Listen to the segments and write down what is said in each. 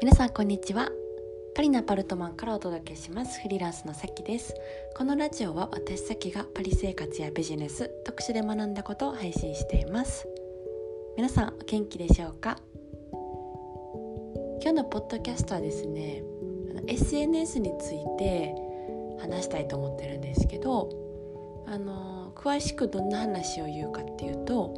皆さんこんにちは。パリのアパルトマンからお届けします。フリーランスのさきです。このラジオは私さきがパリ生活やビジネス、特殊で学んだことを配信しています。皆さんお元気でしょうか？今日のポッドキャストはですね、SNS について話したいと思ってるんですけど、詳しくどんな話を言うかっていうと、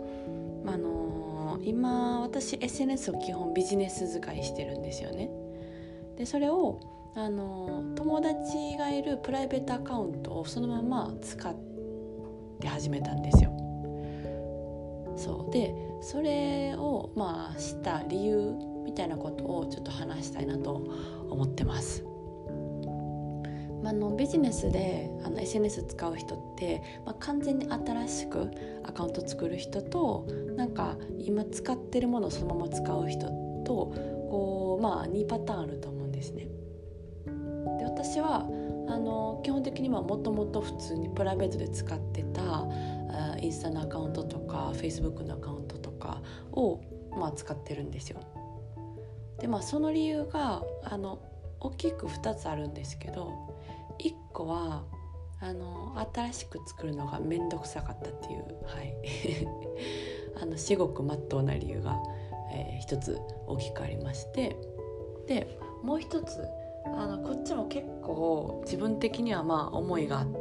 今私 SNS を基本ビジネス使いしてるんですよね。でそれを友達がいるプライベートアカウントをそのまま使って始めたんですよ。そうでそれをした理由みたいなことをちょっと話したいなと思ってます。ビジネスでSNS 使う人って、完全に新しくアカウント作る人と今使ってるものをそのまま使う人と2パターンあると思うんですね。で私は基本的にはもともと普通にプライベートで使ってたインスタのアカウントとか Facebook のアカウントとかを、使ってるんですよ。でその理由が大きく2つあるんですけど、1個は新しく作るのがめんどくさかったっていう、至極真っ当な理由が、1つ大きくありまして、でもう1つこっちも結構自分的には思いがあって、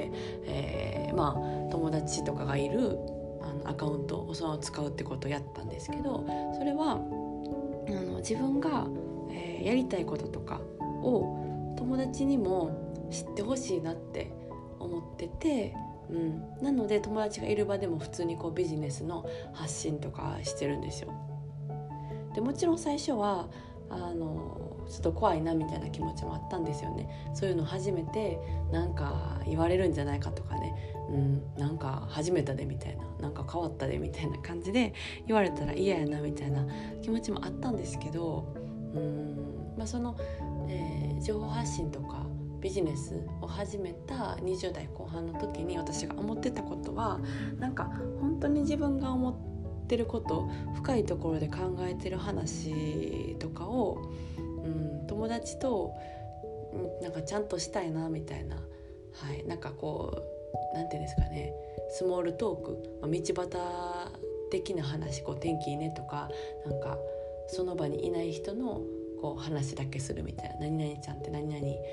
友達とかがいるアカウントをそのまま使うってことをやったんですけど、それは自分が、やりたいこととかを友達にも知ってほしいなって思ってて、なので友達がいる場でも普通にビジネスの発信とかしてるんですよ。でもちろん最初はちょっと怖いなみたいな気持ちもあったんですよね。そういうの初めて言われるんじゃないかとかね、始めたでみたいな、変わったでみたいな感じで言われたら嫌やなみたいな気持ちもあったんですけど、その、情報発信とかビジネスを始めた20代後半の時に私が思ってたことは、本当に自分が思ってること、深いところで考えてる話とかを、友達とちゃんとしたいなみたいな、なんていうんですかね、スモールトーク、道端的な話、天気いいねとか、その場にいない人の話だけするみたいな、何々ちゃんって何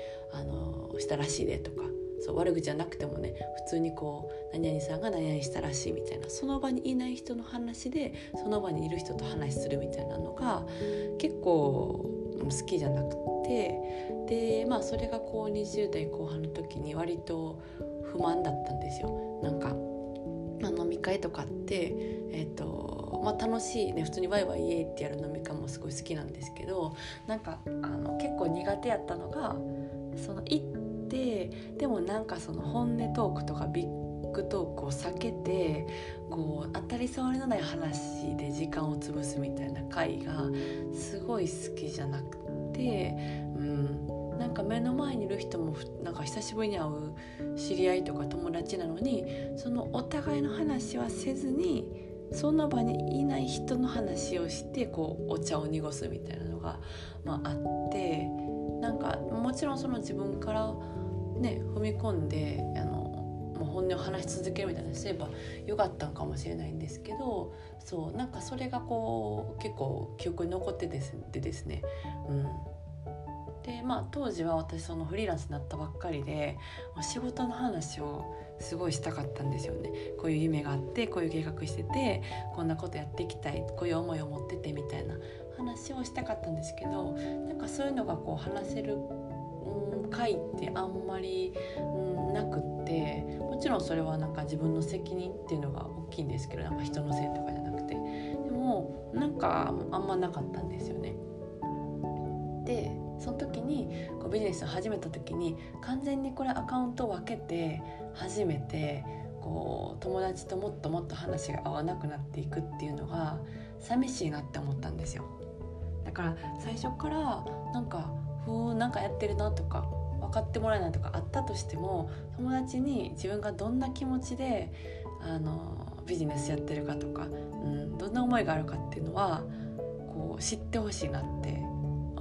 々したらしいでとか、悪口じゃなくてもね、普通に何々さんが何々したらしいみたいな、その場にいない人の話でその場にいる人と話するみたいなのが結構好きじゃなくて、でそれが20代後半の時に割と不満だったんですよ。飲み会とかって楽しいね、普通にワイワイイエーってやる飲み会もすごい好きなんですけど、結構苦手やったのが、行ってでもその本音トークとかビッグトークを避けて当たり障りのない話で時間を潰すみたいな会がすごい好きじゃなくて、目の前にいる人も久しぶりに会う知り合いとか友達なのに、そのお互いの話はせずにその場にいない人の話をしてお茶を濁すみたいなのが、あって、もちろんその自分からね踏み込んでもう本音を話し続けるみたいなすればよかったんかもしれないんですけど、それが結構記憶に残ってですね、で当時は私そのフリーランスになったばっかりで仕事の話をすごいしたかったんですよね。こういう夢があって、こういう計画してて、こんなことやっていきたい、こういう思いを持っててみたいな話をしたかったんですけど、そういうのが話せる会ってあんまりなくって、もちろんそれは自分の責任っていうのが大きいんですけど、人のせいとかじゃなくて、でもあんまなかったんですよね。でその時にビジネスを始めた時に完全にこれアカウントを分けて初めて友達ともっともっと話が合わなくなっていくっていうのが寂しいなって思ったんですよ。だから最初からやってるなとか分かってもらえないとかあったとしても、友達に自分がどんな気持ちでビジネスやってるかとか、どんな思いがあるかっていうのは知ってほしいなって思っ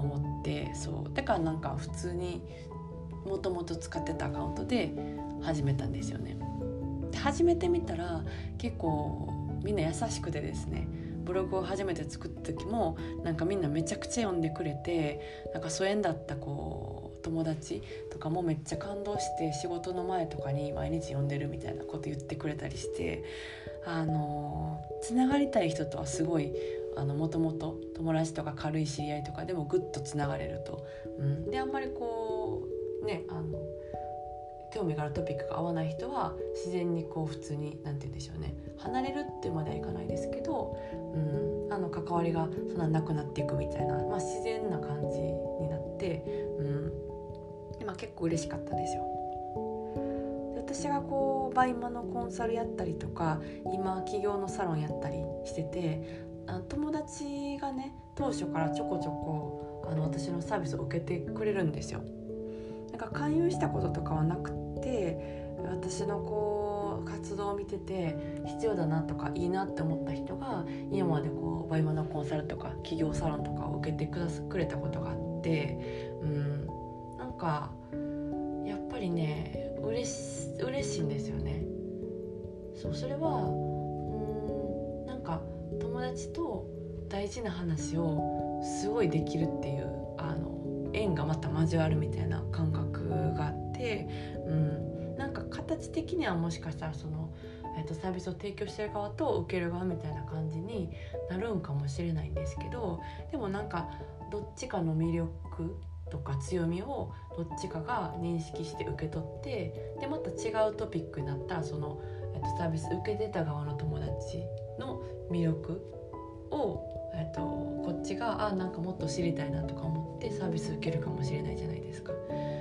て、そうだからなんか普通にもともと使ってたアカウントで始めたんですよね。で始めてみたら結構みんな優しくてですね、ブログを初めて作った時もなんかみんなめちゃくちゃ読んでくれて、なんか疎遠だった友達とかもめっちゃ感動して、仕事の前とかに毎日読んでるみたいなこと言ってくれたりして、つながりたい人とはすごいもともと友達とか軽い知り合いとかでもぐっとつながれると、であんまり興味があるトピックが合わない人は自然に普通になんて言うんでしょうね、離れるってまではいかないですけど、関わりがそんななくなっていくみたいな、自然な感じになって、結構嬉しかったんですよ。で私がバイマのコンサルやったりとか、今企業のサロンやったりしてて、友達がね当初からちょこちょこ私のサービスを受けてくれるんですよ。なんか勧誘したこととかはなくて、私の活動を見てて必要だなとかいいなって思った人が今までバイマのコンサルとか企業サロンとかを受けてくれたことがあって、なんかやっぱりね嬉しいんですよね。それはなんか友達と大事な話をすごいできるっていう縁がまた交わるみたいな感覚があって、なんか形的にはもしかしたらサービスを提供してる側と受ける側みたいな感じになるんかもしれないんですけど、でもなんかどっちかの魅力とか強みをどっちかが認識して受け取って、でまた違うトピックになったらサービス受けてた側の友達の魅力をこっちがなんかもっと知りたいなとか思ってサービス受けるかもしれないじゃないですか。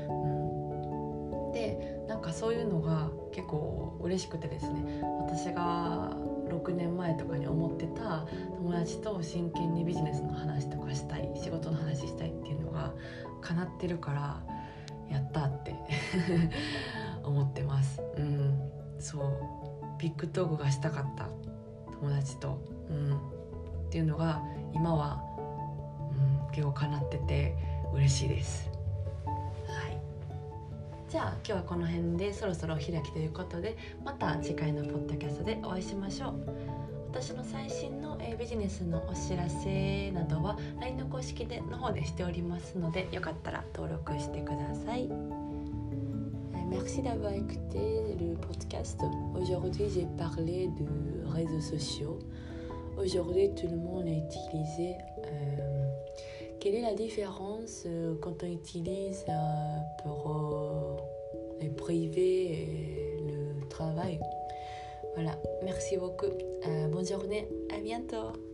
でなんかそういうのが結構嬉しくてですね、私が6年前とかに思ってた友達と真剣にビジネスの話とかしたい、仕事の話したいっていうのが叶ってるからやったって思ってます。そうビッグトークがしたかった友達と、っていうのが今は、結構叶ってて嬉しいです。はい、じゃあ今日はこの辺でそろそろお開きということで、また次回のポッドキャストでお会いしましょう。私の最新のビジネスのお知らせなどは LINE の公式の方でしておりますので、よかったら登録してください。Merci d'avoir écouté le podcast. Aujourd'hui, j'ai parlé de réseaux sociaux. Aujourd'hui, tout le monde a utilisé. Quelle est la différence quand on utilise pour le privé et le travail? Voilà, merci beaucoup. Bonne journée, à bientôt.